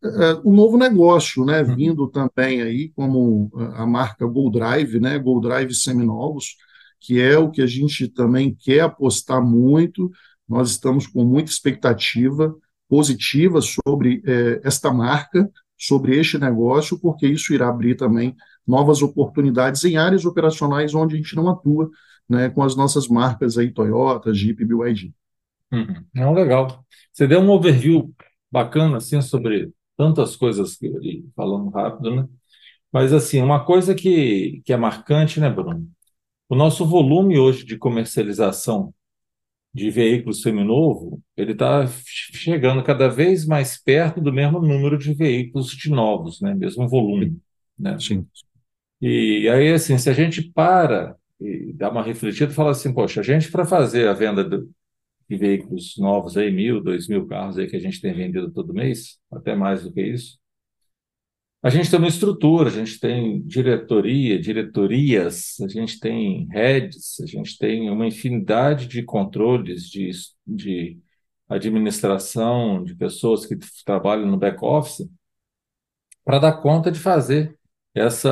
um novo negócio, né, Uhum. vindo também aí como a marca Gold Drive, né, Gold Drive Seminovos, que é o que a gente também quer apostar muito. Nós estamos com muita expectativa positiva sobre esta marca, sobre este negócio, porque isso irá abrir também novas oportunidades em áreas operacionais onde a gente não atua, né, com as nossas marcas aí, Toyota, Jeep, BYD. Uhum. Não, legal. Você deu um overview bacana assim sobre tantas coisas falando rápido, né? Mas assim, uma coisa que é marcante, né, Bruno? O nosso volume hoje de comercialização de veículos seminovo, ele está chegando cada vez mais perto do mesmo número de veículos de novos, né? Mesmo Sim, volume, né? sim. E aí, assim, se a gente para e dá uma refletida e fala assim, poxa, a gente para fazer a venda de veículos novos aí, 1.000, 2.000 carros aí que a gente tem vendido todo mês, até mais do que isso, a gente tem uma estrutura, a gente tem diretoria, diretorias, a gente tem heads, a gente tem uma infinidade de controles, de administração, de pessoas que trabalham no back-office, para dar conta de fazer esse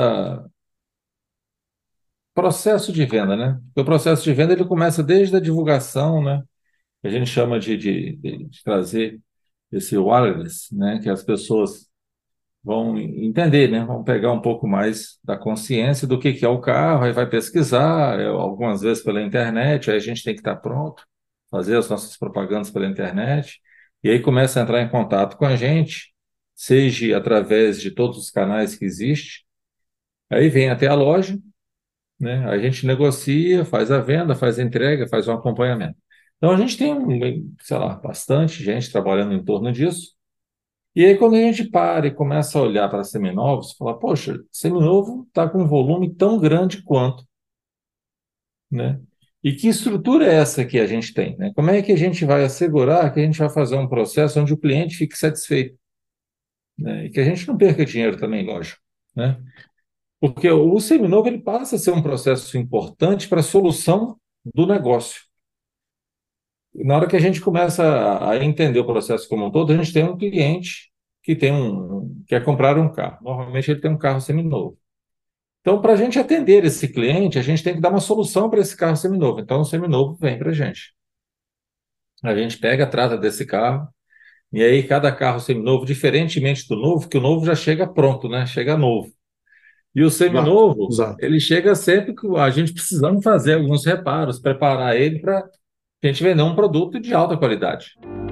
processo de venda, né? Porque o processo de venda ele começa desde a divulgação, né? A gente chama de trazer esse wireless, né? Que as pessoas vão entender, né? Vão pegar um pouco mais da consciência do que é o carro, aí vai pesquisar, algumas vezes pela internet, aí a gente tem que estar pronto, fazer as nossas propagandas pela internet, e aí começa a entrar em contato com a gente, seja através de todos os canais que existem, aí vem até a loja, né? A gente negocia, faz a venda, faz a entrega, faz um acompanhamento. Então a gente tem, sei lá, bastante gente trabalhando em torno disso. E aí, quando a gente para e começa a olhar para seminovos, fala, poxa, seminovo está com um volume tão grande quanto, né? E que estrutura é essa que a gente tem, né? Como é que a gente vai assegurar que a gente vai fazer um processo onde o cliente fique satisfeito, né? E que a gente não perca dinheiro também, lógico, né? Porque o seminovo ele passa a ser um processo importante para a solução do negócio. E na hora que a gente começa a entender o processo como um todo, a gente tem um cliente que quer comprar um carro. Normalmente ele tem um carro seminovo. Então, para a gente atender esse cliente, a gente tem que dar uma solução para esse carro seminovo. Então, o seminovo vem para a gente. A gente pega, trata desse carro, e aí cada carro seminovo, diferentemente do novo, que o novo já chega pronto, né? Chega novo. E o Exato, seminovo, exato. ele chega sempre que a gente precisando fazer alguns reparos, preparar ele para a gente vender um produto de alta qualidade.